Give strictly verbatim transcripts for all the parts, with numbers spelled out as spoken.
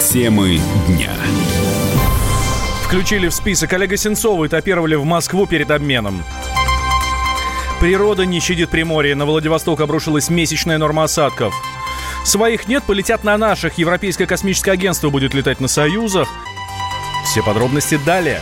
Темы дня. Включили в список. Олега Сенцова этапировали в Москву перед обменом. Природа не щадит Приморье. На Владивосток обрушилась месячная норма осадков. Своих нет, полетят на наших. Европейское космическое агентство будет летать на Союзах. Все подробности далее.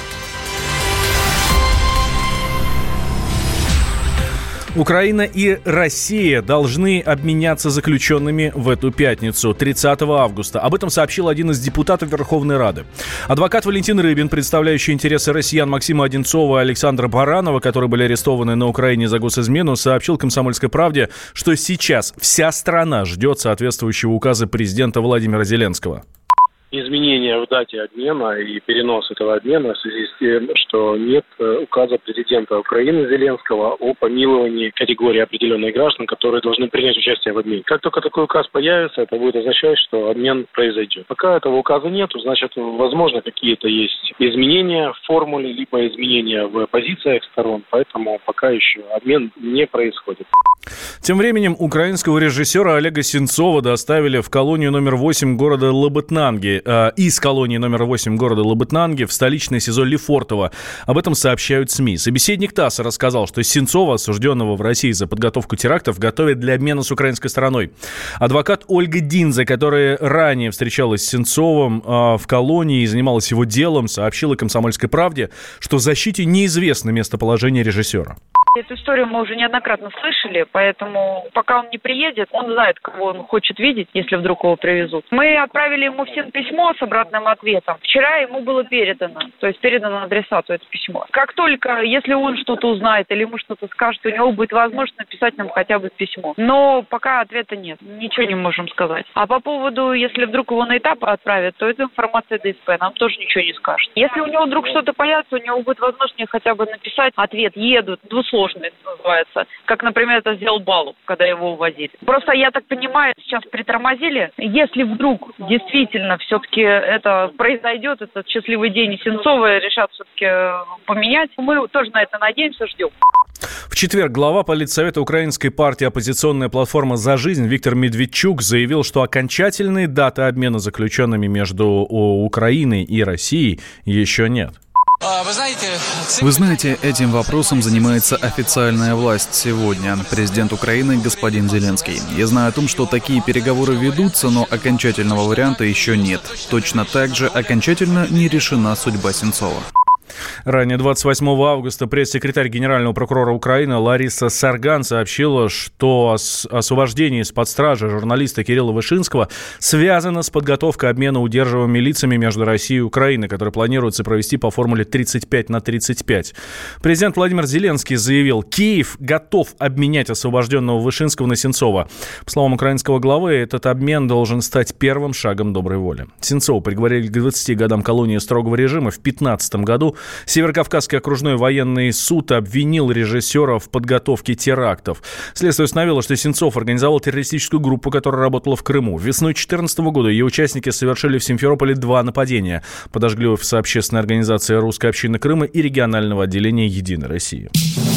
Украина и Россия должны обменяться заключенными в эту пятницу, тридцатого августа. Об этом сообщил один из депутатов Верховной Рады. Адвокат Валентин Рыбин, представляющий интересы россиян Максима Одинцова и Александра Баранова, которые были арестованы на Украине за госизмену, сообщил «Комсомольской правде», что сейчас вся страна ждет соответствующего указа президента Владимира Зеленского. Изменения в дате обмена и перенос этого обмена в связи с тем, что нет указа президента Украины Зеленского о помиловании категории определенных граждан, которые должны принять участие в обмене. Как только такой указ появится, это будет означать, что обмен произойдет. Пока этого указа нет, значит, возможно, какие-то есть изменения в формуле, либо изменения в позициях сторон, поэтому пока еще обмен не происходит. Тем временем украинского режиссера Олега Сенцова доставили в колонию номер восемь города Лабытнанги, э, из колонии номер восемь города Лабытнанги в столичное СИЗО Лефортово. Об этом сообщают СМИ. Собеседник ТАСС рассказал, что Сенцова, осужденного в России за подготовку терактов, готовят для обмена с украинской стороной. Адвокат Ольга Динзе, которая ранее встречалась с Сенцовым э, в колонии и занималась его делом, сообщила «Комсомольской правде», что защите неизвестно местоположение режиссера. Эту историю мы уже неоднократно слышали, поэтому пока он не приедет, он знает, кого он хочет видеть, если вдруг его привезут. Мы отправили ему всем письмо с обратным ответом. Вчера ему было передано, то есть передано адресату это письмо. Как только, если он что-то узнает или ему что-то скажет, у него будет возможность написать нам хотя бы письмо. Но пока ответа нет, ничего не можем сказать. А по поводу, если вдруг его на этап отправят, то это информация ДСП, нам тоже ничего не скажет. Если у него вдруг что-то появится, у него будет возможность хотя бы написать ответ «едут», двусложный называется, как, например, это сделал Балу, когда его увозили. Просто, я так понимаю, сейчас притормозили. Если вдруг действительно все-таки это произойдет, этот счастливый день, и Сенцова решат все-таки поменять, мы тоже на это надеемся, ждем. В четверг глава Политсовета украинской партии «Оппозиционная платформа за жизнь» Виктор Медведчук заявил, что окончательной даты обмена заключенными между Украиной и Россией еще нет. Вы знаете, Вы знаете, этим вопросом занимается официальная власть сегодня. Президент Украины господин Зеленский. Я знаю о том, что такие переговоры ведутся, но окончательного варианта еще нет. Точно так же окончательно не решена судьба Сенцова. Ранее двадцать восьмого августа пресс-секретарь генерального прокурора Украины Лариса Сарган сообщила, что освобождение из-под стражи журналиста Кирилла Вышинского связано с подготовкой обмена удерживаемыми лицами между Россией и Украиной, который планируется провести по формуле тридцать пять на тридцать пять. Президент Владимир Зеленский заявил, Киев готов обменять освобожденного Вышинского на Сенцова. По словам украинского главы, этот обмен должен стать первым шагом доброй воли. Сенцова приговорили к двадцати годам колонии строгого режима. В две тысячи пятнадцатом году Северокавказский окружной военный суд обвинил режиссера в подготовке терактов. Следствие установило, что Сенцов организовал террористическую группу, которая работала в Крыму. Весной две тысячи четырнадцатого года ее участники совершили в Симферополе два нападения. Подожгли офис общественной организации «Русская община Крыма» и регионального отделения «Единой России».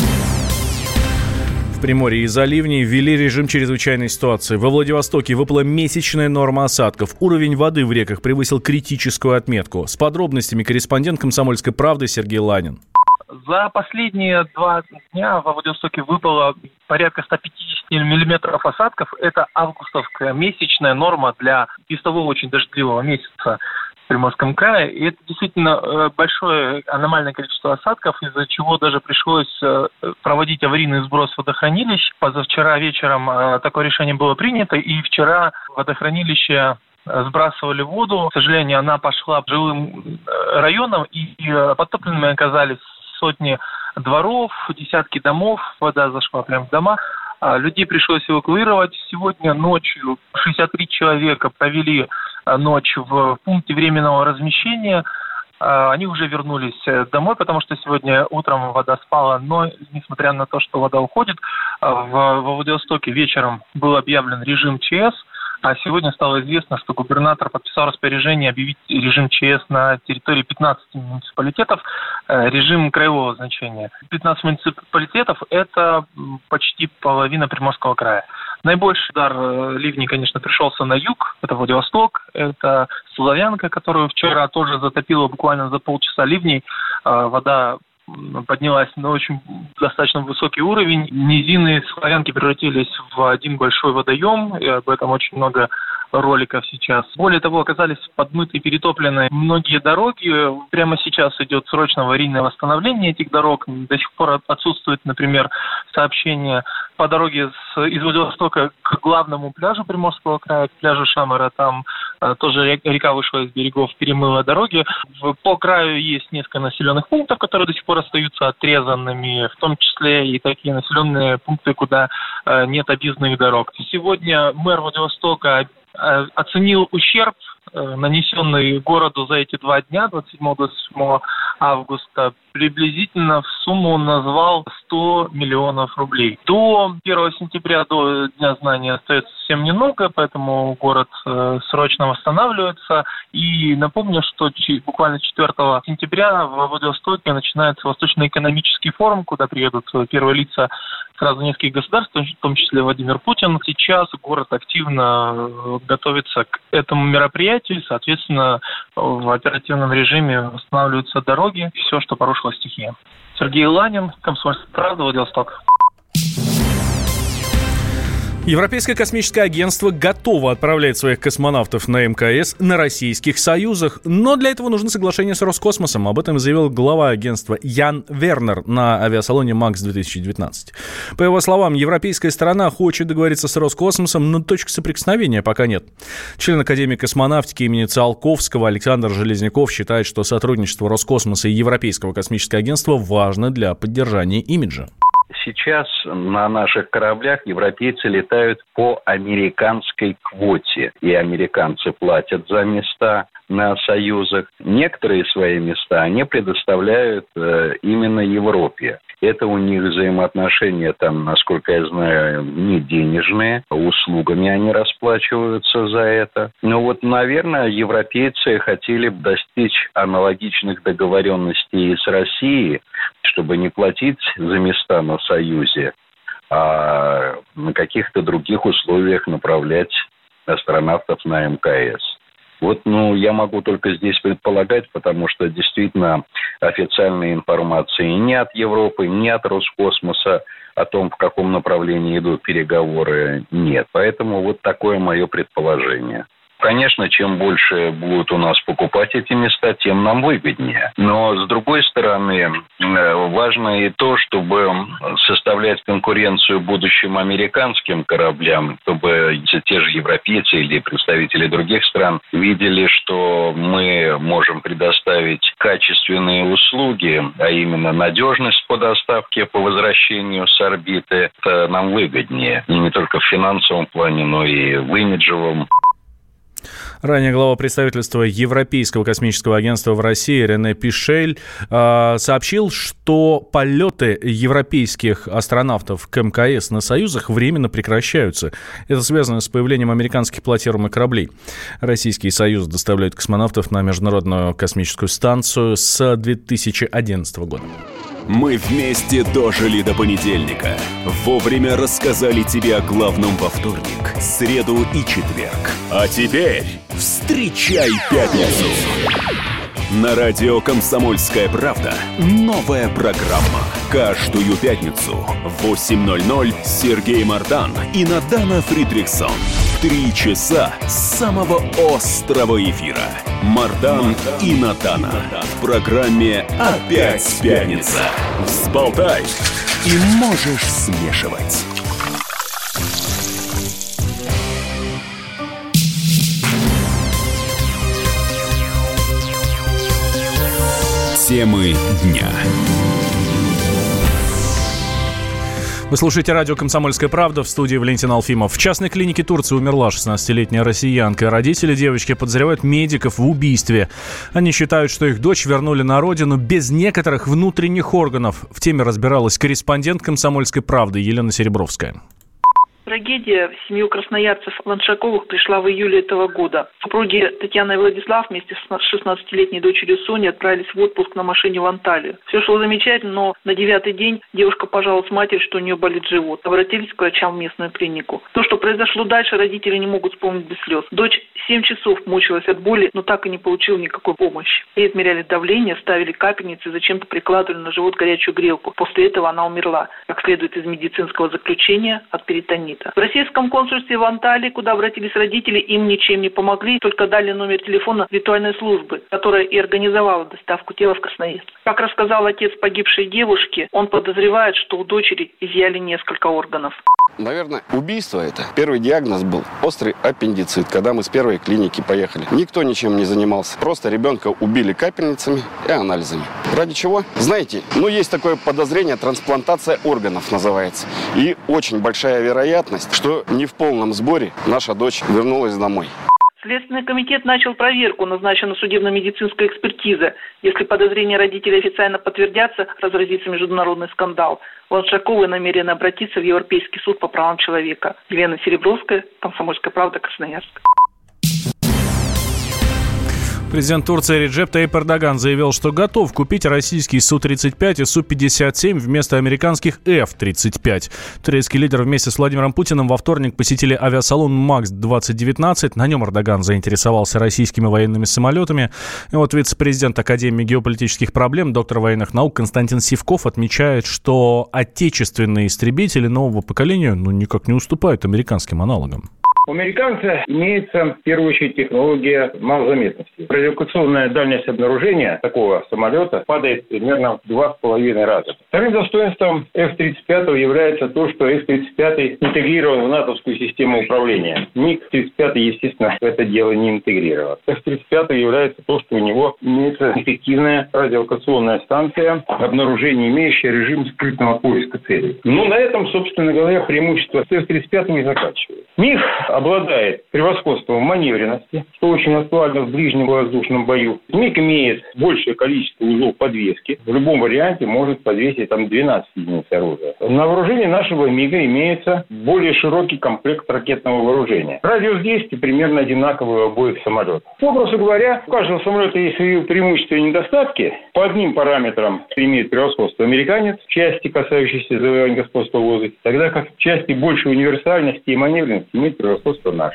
В Приморье из-за ливней ввели режим чрезвычайной ситуации. Во Владивостоке выпала месячная норма осадков. Уровень воды в реках превысил критическую отметку. С подробностями корреспондент «Комсомольской правды» Сергей Ланин. За последние два дня во Владивостоке выпало порядка сто пятьдесят миллиметров осадков. Это августовская месячная норма для без того очень дождливого месяца в Приморском крае. И это действительно большое аномальное количество осадков, из-за чего даже пришлось проводить аварийный сброс водохранилищ. Позавчера вечером такое решение было принято, и вчера водохранилище сбрасывали воду. К сожалению, она пошла по жилым районам, и подтопленными оказались сотни дворов, десятки домов, вода зашла прямо в дома. Людей пришлось эвакуировать. Сегодня ночью шестьдесят три человека провели ночь в пункте временного размещения. Они уже вернулись домой, потому что сегодня утром вода спала, но несмотря на то, что вода уходит, в Владивостоке вечером был объявлен режим ЧС. А сегодня стало известно, что губернатор подписал распоряжение объявить режим ЧС на территории пятнадцати муниципалитетов, режим краевого значения. пятнадцать муниципалитетов – это почти половина Приморского края. Наибольший удар ливней, конечно, пришелся на юг. Это Владивосток, это Славянка, которую вчера тоже затопило буквально за полчаса ливней. Вода поднялась на очень достаточно высокий уровень. Низины Славянки превратились в один большой водоем, и об этом очень много роликов сейчас. Более того, оказались подмыты и перетоплены многие дороги. Прямо сейчас идет срочное аварийное восстановление этих дорог. До сих пор отсутствует, например, сообщение по дороге с, из Владивостока к главному пляжу Приморского края, к пляжу Шамара. Там а, тоже река вышла из берегов, перемыла дороги. В, по краю есть несколько населенных пунктов, которые до сих пор остаются отрезанными, в том числе и такие населенные пункты, куда а, нет объездных дорог. Сегодня мэр Владивостока оценил ущерб, нанесенный городу за эти два дня, двадцать седьмого двадцать восьмого августа, приблизительно в сумму он назвал сто миллионов рублей. До первого сентября, до Дня знаний, остается совсем немного, поэтому город э, срочно восстанавливается. И напомню, что ч- буквально четвёртого сентября в Владивостоке начинается Восточно-экономический форум, куда приедут первые лица сразу нескольких государств, в том числе Владимир Путин. Сейчас город активно готовится к этому мероприятию, соответственно, в оперативном режиме восстанавливаются дороги, все, что порушила стихия. Сергей Ланин, Комсомольская правда, Владивосток. Европейское космическое агентство готово отправлять своих космонавтов на эм ка эс на российских союзах, но для этого нужно соглашение с Роскосмосом. Об этом заявил глава агентства Ян Вернер на авиасалоне МАКС две тысячи девятнадцать. По его словам, европейская сторона хочет договориться с Роскосмосом, но точек соприкосновения пока нет. Член Академии космонавтики имени Циолковского Александр Железняков считает, что сотрудничество Роскосмоса и Европейского космического агентства важно для поддержания имиджа. Сейчас на наших кораблях европейцы летают по американской квоте, и американцы платят за места на союзах. Некоторые свои места они предоставляют э, именно Европе. Это у них взаимоотношения, там, насколько я знаю, не денежные, услугами они расплачиваются за это. Но вот, наверное, европейцы хотели бы достичь аналогичных договоренностей с Россией, чтобы не платить за места на Союзе, а на каких-то других условиях направлять астронавтов на эм ка эс. Вот, ну, я могу только здесь предполагать, потому что действительно официальной информации ни от Европы, ни от Роскосмоса о том, в каком направлении идут переговоры, нет. Поэтому вот такое мое предположение. Конечно, чем больше будут у нас покупать эти места, тем нам выгоднее. Но, с другой стороны, важно и то, чтобы составлять конкуренцию будущим американским кораблям, чтобы те же европейцы или представители других стран видели, что мы можем предоставить качественные услуги, а именно надежность по доставке, по возвращению с орбиты. Это нам выгоднее. И не только в финансовом плане, но и в имиджевом. Ранее глава представительства Европейского космического агентства в России Рене Пишель э, сообщил, что полеты европейских астронавтов к эм ка эс на союзах временно прекращаются. Это связано с появлением американских платформ и кораблей. Российские союзы доставляют космонавтов на Международную космическую станцию с две тысячи одиннадцатого года. Мы вместе дожили до понедельника. Вовремя рассказали тебе о главном во вторник, среду и четверг. А теперь встречай пятницу. На радио «Комсомольская правда» новая программа. Каждую пятницу в восемь ноль ноль Сергей Мардан и Надана Фридрихсон. Три часа самого острого эфира. Мардан и Надана. В программе «Опять пятница». Взболтай и можешь смешивать. Темы дня. Вы слушаете радио «Комсомольская правда», в студии Валентин Алфимов. В частной клинике Турции умерла шестнадцатилетняя россиянка. Родители девочки подозревают медиков в убийстве. Они считают, что их дочь вернули на родину без некоторых внутренних органов. В теме разбиралась корреспондент «Комсомольской правды» Елена Серебровская. Трагедия в семью красноярцев Ланшаковых пришла в июле этого года. Супруги Татьяна и Владислав вместе с шестнадцатилетней дочерью Соней отправились в отпуск на машине в Анталию. Все шло замечательно, но на девятый день девушка пожаловалась матери, что у нее болит живот. Обратились к врачам в местную клинику. То, что произошло дальше, родители не могут вспомнить без слез. Дочь семь часов мучилась от боли, но так и не получила никакой помощи. Ей отмеряли давление, ставили капельницы, зачем-то прикладывали на живот горячую грелку. После этого она умерла, как следует из медицинского заключения, от перитонита. В российском консульстве в Анталии, куда обратились родители, им ничем не помогли, только дали номер телефона ритуальной службы, которая и организовала доставку тела в Красноярск. Как рассказал отец погибшей девушки, он подозревает, что у дочери изъяли несколько органов. Наверное, убийство это. Первый диагноз был острый аппендицит, когда мы с первой клиники поехали. Никто ничем не занимался. Просто ребенка убили капельницами и анализами. Ради чего? Знаете, ну есть такое подозрение, трансплантация органов называется. И очень большая вероятность, что не в полном сборе наша дочь вернулась домой. Следственный комитет начал проверку, назначена судебно-медицинская экспертиза. Если подозрения родителей официально подтвердятся, разразится международный скандал. Ланшаковы намерены обратиться в Европейский суд по правам человека. Елена Серебровская, «Комсомольская правда», Красноярск. Президент Турции Реджеп Тайип Эрдоган заявил, что готов купить российские Су тридцать пять и Су пятьдесят семь вместо американских Эф тридцать пять. Турецкий лидер вместе с Владимиром Путиным во вторник посетили авиасалон МАКС двадцать девятнадцать. На нем Эрдоган заинтересовался российскими военными самолетами. И вот вице-президент Академии геополитических проблем, доктор военных наук Константин Сивков отмечает, что отечественные истребители нового поколения ну, никак не уступают американским аналогам. У американца имеется, в первую очередь, технология малозаметности. Радиолокационная дальность обнаружения такого самолета падает примерно в два с половиной раза. Вторым достоинством Эф тридцать пять является то, что Эф тридцать пять интегрирован в натовскую систему управления. МиГ тридцать пять, естественно, в это дело не интегрирован. Эф тридцать пять является то, что у него имеется эффективная радиолокационная станция обнаружения, имеющая режим скрытного поиска целей. Но на этом, собственно говоря, преимущество с Эф тридцать пять не заканчивается. МиГ обладает превосходством в маневренности, что очень актуально в ближнем воздушном бою. МиГ имеет большее количество узлов подвески. В любом варианте может подвесить там двенадцать единиц оружия. На вооружении нашего МиГа имеется более широкий комплект ракетного вооружения. Радиус действия примерно одинаковый у обоих самолетов. Попросту говоря, у каждого самолета есть свои преимущества и недостатки. По одним параметрам имеет превосходство американец в части, касающейся завоевания господства в воздухе, тогда как в части большей универсальности и маневренности имеет превосходство наш.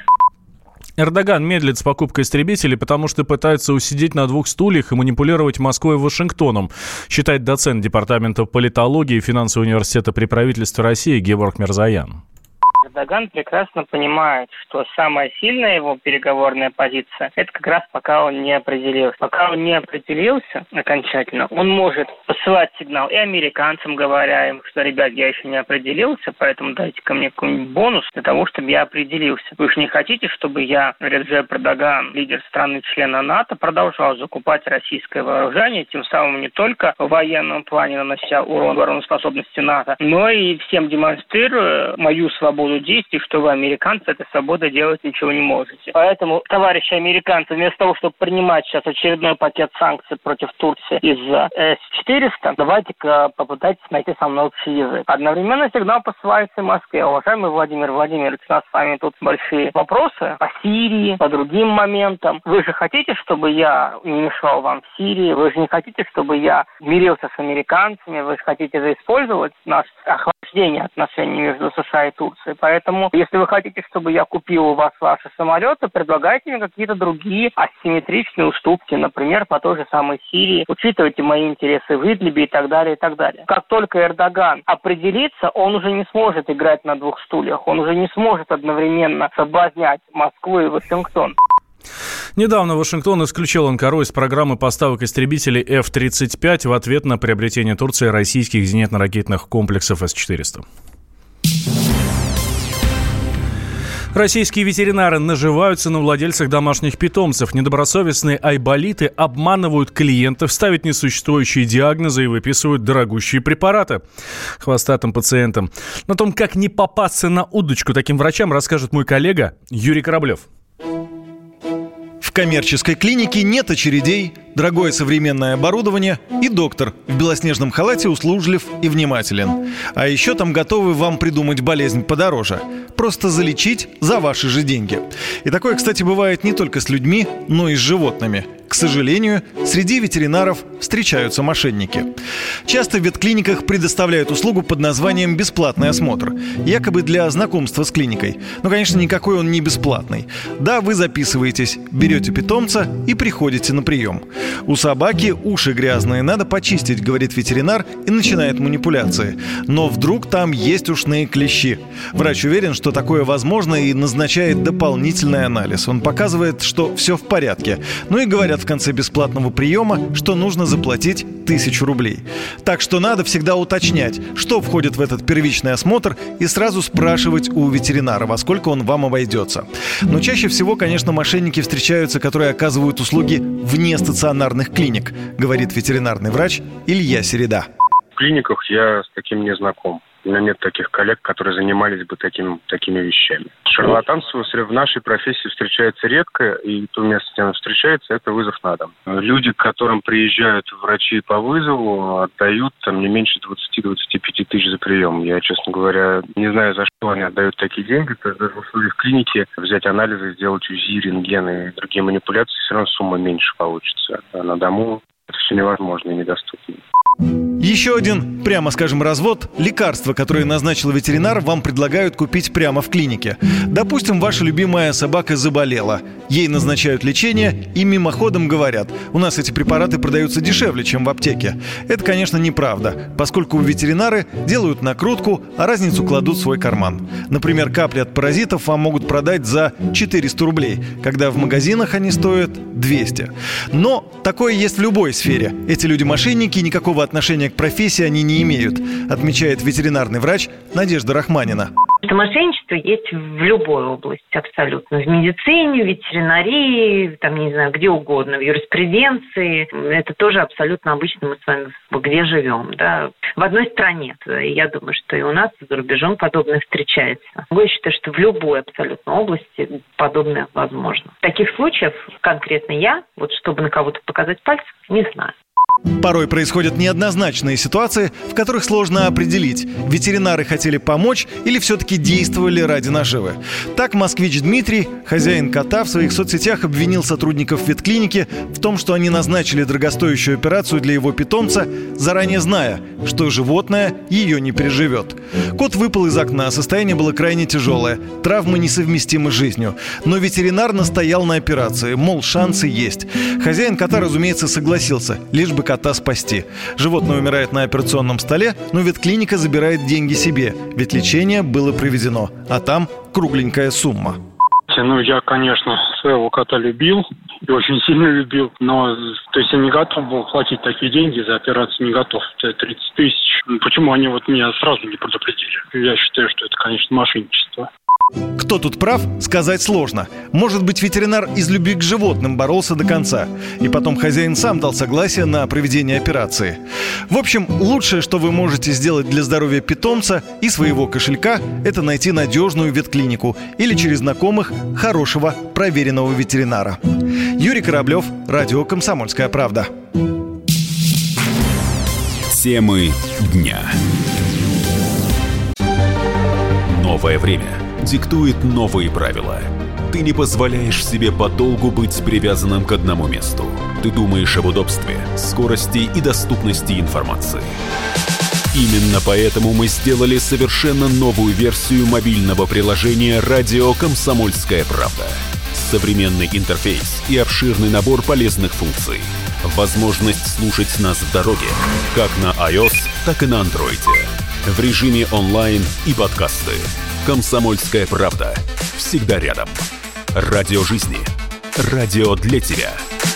Эрдоган медлит с покупкой истребителей, потому что пытается усидеть на двух стульях и манипулировать Москвой и Вашингтоном, считает доцент Департамента политологии и финансового университета при правительстве России Геворг Мирзоян. Эрдоган прекрасно понимает, что самая сильная его переговорная позиция – это как раз пока он не определился. Пока он не определился окончательно, он может посылать сигнал и американцам, говоря им, что, ребят, я еще не определился, поэтому дайте ко мне какой-нибудь бонус для того, чтобы я определился. Вы же не хотите, чтобы я, Реджеп Эрдоган, лидер страны-члена НАТО, продолжал закупать российское вооружение, тем самым не только в военном плане нанося урон обороноспособности НАТО, но и всем демонстрируя мою свободу действий, что вы, американцы, этой свободой делать ничего не можете. Поэтому, товарищи американцы, вместо того, чтобы принимать сейчас очередной пакет санкций против Турции из-за Эс четыреста, давайте-ка попытайтесь найти со мной общий язык. Одновременно сигнал посылается в Москве. Уважаемый Владимир Владимирович, у нас с вами тут большие вопросы по Сирии, по другим моментам. Вы же хотите, чтобы я не мешал вам в Сирии? Вы же не хотите, чтобы я мирился с американцами? Вы же хотите же использовать наше охлаждение отношений между США и Турцией? Поэтому, если вы хотите, чтобы я купил у вас ваши самолеты, предлагайте мне какие-то другие асимметричные уступки, например, по той же самой Сирии. Учитывайте мои интересы в Идлибе и так далее, и так далее. Как только Эрдоган определится, он уже не сможет играть на двух стульях, он уже не сможет одновременно соблазнять Москву и Вашингтон. Недавно Вашингтон исключил Анкару из программы поставок истребителей Эф тридцать пять в ответ на приобретение Турции российских зенитно-ракетных комплексов Эс четыреста. Российские ветеринары наживаются на владельцах домашних питомцев. Недобросовестные айболиты обманывают клиентов, ставят несуществующие диагнозы и выписывают дорогущие препараты хвостатым пациентам. На том, как не попасться на удочку таким врачам, расскажет мой коллега Юрий Кораблев. В коммерческой клинике нет очередей, дорогое современное оборудование и доктор в белоснежном халате услужлив и внимателен. А еще там готовы вам придумать болезнь подороже. Просто залечить за ваши же деньги. И такое, кстати, бывает не только с людьми, но и с животными. К сожалению, среди ветеринаров встречаются мошенники. Часто в ветклиниках предоставляют услугу под названием «бесплатный осмотр», якобы для знакомства с клиникой. Но, конечно, никакой он не бесплатный. Да, вы записываетесь, берете питомца и приходите на прием. У собаки уши грязные, надо почистить, говорит ветеринар, и начинает манипуляции. Но вдруг там есть ушные клещи. Врач уверен, что такое возможно, и назначает дополнительный анализ. Он показывает, что все в порядке. Ну и говорят в конце бесплатного приема, что нужно заплатить тысячу рублей. Так что надо всегда уточнять, что входит в этот первичный осмотр, и сразу спрашивать у ветеринара, во сколько он вам обойдется. Но чаще всего, конечно, мошенники встречаются, которые оказывают услуги вне стационарных клиник, говорит ветеринарный врач Илья Середа. В клиниках я с таким не знаком. У меня нет таких коллег, которые занимались бы таким, такими вещами. Шарлатанство в нашей профессии встречается редко, и то место, где оно встречается, это вызов на дом. Люди, к которым приезжают врачи по вызову, отдают там не меньше двадцать-двадцать пять тысяч за прием. Я, честно говоря, не знаю, за что они отдают такие деньги. Даже в условиях клиники взять анализы, сделать УЗИ, рентген и другие манипуляции, все равно сумма меньше получится. А на дому это все невозможно и недоступно. Еще один, прямо скажем, развод – лекарства, которые назначил ветеринар, вам предлагают купить прямо в клинике. Допустим, ваша любимая собака заболела. Ей назначают лечение и мимоходом говорят: у нас эти препараты продаются дешевле, чем в аптеке. Это, конечно, неправда, поскольку ветеринары делают накрутку, а разницу кладут в свой карман. Например, капли от паразитов вам могут продать за четыреста рублей, когда в магазинах они стоят двести. Но такое есть в любой сфере. Эти люди-мошенники, никакого отношения к профессии они не имеют, отмечает ветеринарный врач Надежда Рахманина. Мошенничество есть в любой области абсолютно. В медицине, в ветеринарии, там, не знаю, где угодно, в юриспруденции. Это тоже абсолютно обычно мы с вами где живем, да. В одной стране. Я думаю, что и у нас за рубежом подобное встречается. Я считаю, что в любой абсолютно области подобное возможно. Таких случаев конкретно я, вот чтобы на кого-то показать пальцем, не знаю. Порой происходят неоднозначные ситуации, в которых сложно определить, ветеринары хотели помочь или все-таки действовали ради наживы. Так москвич Дмитрий, хозяин кота, в своих соцсетях обвинил сотрудников ветклиники в том, что они назначили дорогостоящую операцию для его питомца, заранее зная, что животное ее не переживет. Кот выпал из окна, состояние было крайне тяжелое, травмы несовместимы с жизнью. Но ветеринар настоял на операции, мол, шансы есть. Хозяин кота, разумеется, согласился, лишь бы кота спасти. Животное умирает на операционном столе, но ветклиника забирает деньги себе, ведь лечение было проведено, а там кругленькая сумма. Ну, я, конечно, своего кота любил и очень сильно любил, но то есть я не готов был платить такие деньги за операцию, не готов. Это тридцать тысяч. Почему они вот меня сразу не предупредили? Я считаю, что это, конечно, мошенничество. Кто тут прав, сказать сложно. Может быть, ветеринар из любви к животным боролся до конца, и потом хозяин сам дал согласие на проведение операции. В общем, лучшее, что вы можете сделать для здоровья питомца и своего кошелька, это найти надежную ветклинику или через знакомых хорошего, проверенного ветеринара. Юрий Кораблев, радио «Комсомольская правда». Темы дня. Новое время диктует новые правила. Ты не позволяешь себе подолгу быть привязанным к одному месту. Ты думаешь об удобстве, скорости и доступности информации. Именно поэтому мы сделали совершенно новую версию мобильного приложения «Радио Комсомольская правда». Современный интерфейс и обширный набор полезных функций. Возможность слушать нас в дороге, как на iOS, так и на Android. В режиме онлайн и подкасты. «Комсомольская правда». Всегда рядом. Радио жизни. Радио для тебя.